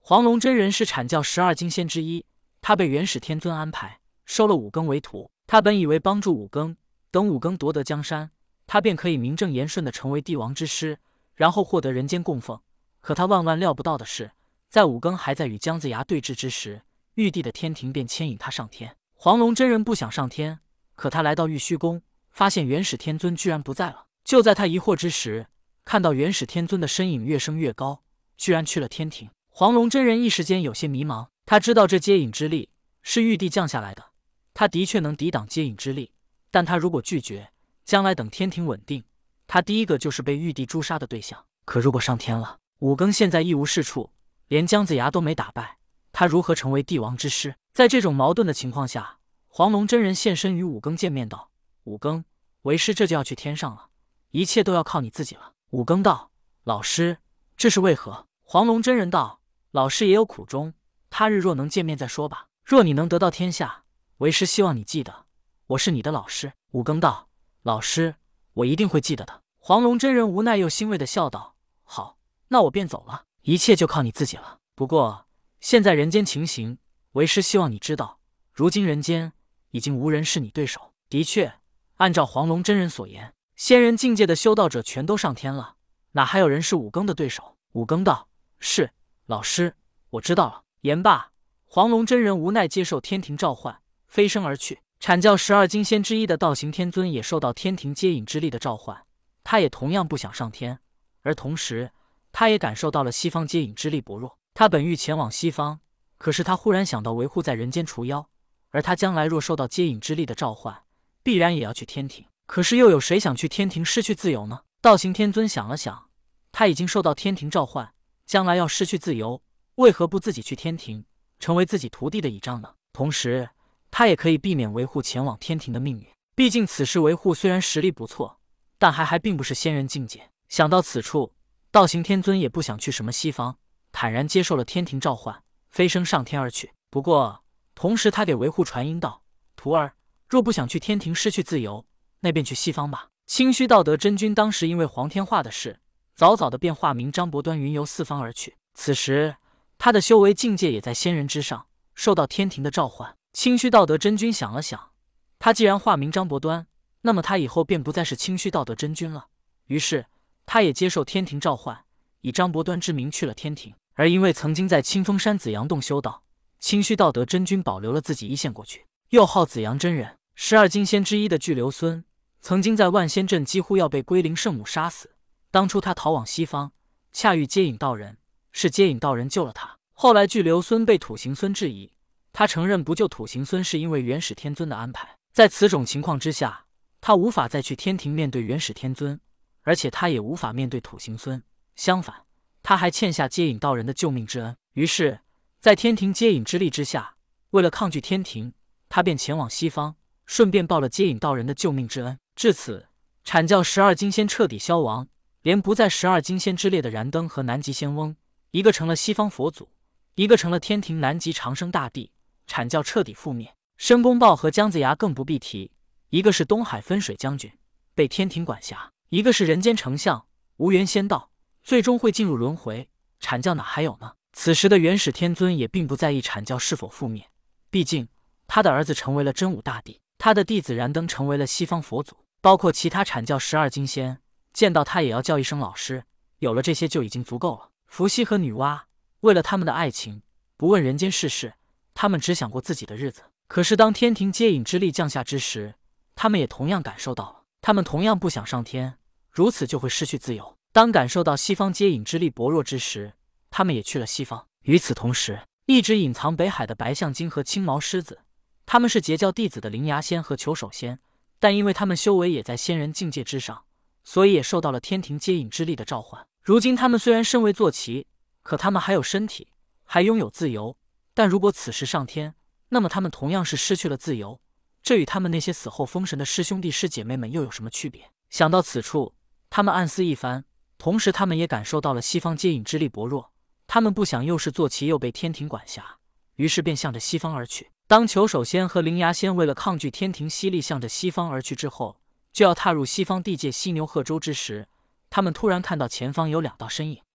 黄龙真人是阐教12金仙之一，他被元始天尊安排收了五更为徒。他本以为帮助五更，等五更夺得江山，他便可以名正言顺地成为帝王之师，然后获得人间供奉。可他万万料不到的是，在五更还在与姜子牙对峙之时，玉帝的天庭便牵引他上天。黄龙真人不想上天，可他来到玉虚宫，发现元始天尊居然不在了。就在他疑惑之时，看到元始天尊的身影越升越高，居然去了天庭。黄龙真人一时间有些迷茫，他知道这接引之力是玉帝降下来的，他的确能抵挡接引之力，但他如果拒绝，将来等天庭稳定，他第一个就是被玉帝诛杀的对象。可如果上天了，五更现在一无是处，连姜子牙都没打败，他如何成为帝王之师？在这种矛盾的情况下，黄龙真人现身与五更见面道：“五更，为师这就要去天上了，一切都要靠你自己了。”五更道：“老师，这是为何？”黄龙真人道：“老师也有苦衷，他日若能见面再说吧。若你能得到天下，为师希望你记得，我是你的老师。”五更道：“老师，我一定会记得的。”黄龙真人无奈又欣慰地笑道：“好，那我便走了，一切就靠你自己了。不过现在人间情形，为师希望你知道，如今人间已经无人是你对手。”的确，按照黄龙真人所言，仙人境界的修道者全都上天了，哪还有人是五更的对手？五更道：“是，老师，我知道了。”言罢，黄龙真人无奈接受天庭召唤，飞升而去。阐教12金仙之一的道行天尊也受到天庭接引之力的召唤，他也同样不想上天，而同时他也感受到了西方接引之力薄弱。他本欲前往西方，可是他忽然想到维护在人间除妖，而他将来若受到接引之力的召唤，必然也要去天庭。可是又有谁想去天庭失去自由呢？道行天尊想了想，他已经受到天庭召唤，将来要失去自由，为何不自己去天庭，成为自己徒弟的倚仗呢？同时他也可以避免维护前往天庭的命运。毕竟此时维护虽然实力不错，但还并不是仙人境界。想到此处，道行天尊也不想去什么西方，坦然接受了天庭召唤，飞升上天而去。不过同时他给维护传音道：“徒儿，若不想去天庭失去自由，那便去西方吧。”清虚道德真君当时因为黄天化的事，早早的便化名张伯端云游四方而去。此时他的修为境界也在仙人之上，受到天庭的召唤。清虚道德真君想了想，他既然化名张伯端，那么他以后便不再是清虚道德真君了。于是他也接受天庭召唤，以张伯端之名去了天庭。而因为曾经在清风山紫阳洞修道，清虚道德真君保留了自己一线过去，又号紫阳真人。12金仙之一的巨留孙曾经在万仙阵几乎要被龟灵圣母杀死，当初他逃往西方，恰遇接引道人，是接引道人救了他。后来巨留孙被土行孙质疑，他承认不救土行孙是因为元始天尊的安排。在此种情况之下，他无法再去天庭面对元始天尊，而且他也无法面对土行孙，相反他还欠下接引道人的救命之恩。于是在天庭接引之力之下，为了抗拒天庭，他便前往西方，顺便报了接引道人的救命之恩。至此阐教12金仙彻底消亡，连不在12金仙之列的燃灯和南极仙翁，一个成了西方佛祖，一个成了天庭南极长生大帝，阐教彻底覆灭。申公豹和姜子牙更不必提，一个是东海分水将军，被天庭管辖，一个是人间丞相，无缘仙道，最终会进入轮回。阐教哪还有呢？此时的元始天尊也并不在意阐教是否覆灭，毕竟他的儿子成为了真武大帝，他的弟子燃灯成为了西方佛祖，包括其他阐教12金仙，见到他也要叫一声老师。有了这些就已经足够了。伏羲和女娲为了他们的爱情，不问人间世事，他们只想过自己的日子。可是当天庭接引之力降下之时，他们也同样感受到了，他们同样不想上天，如此就会失去自由。当感受到西方接引之力薄弱之时，他们也去了西方。与此同时，一直隐藏北海的白象精和青毛狮子，他们是截教弟子的灵牙仙和求首仙，但因为他们修为也在仙人境界之上，所以也受到了天庭接引之力的召唤。如今他们虽然身为坐骑，可他们还有身体，还拥有自由，但如果此时上天，那么他们同样是失去了自由，这与他们那些死后封神的师兄弟师姐妹们又有什么区别？想到此处，他们暗思一番，同时他们也感受到了西方接引之力薄弱，他们不想又是坐骑又被天庭管辖，于是便向着西方而去。当求首仙和灵牙仙为了抗拒天庭吸力向着西方而去之后，就要踏入西方地界犀牛贺州之时，他们突然看到前方有2道身影，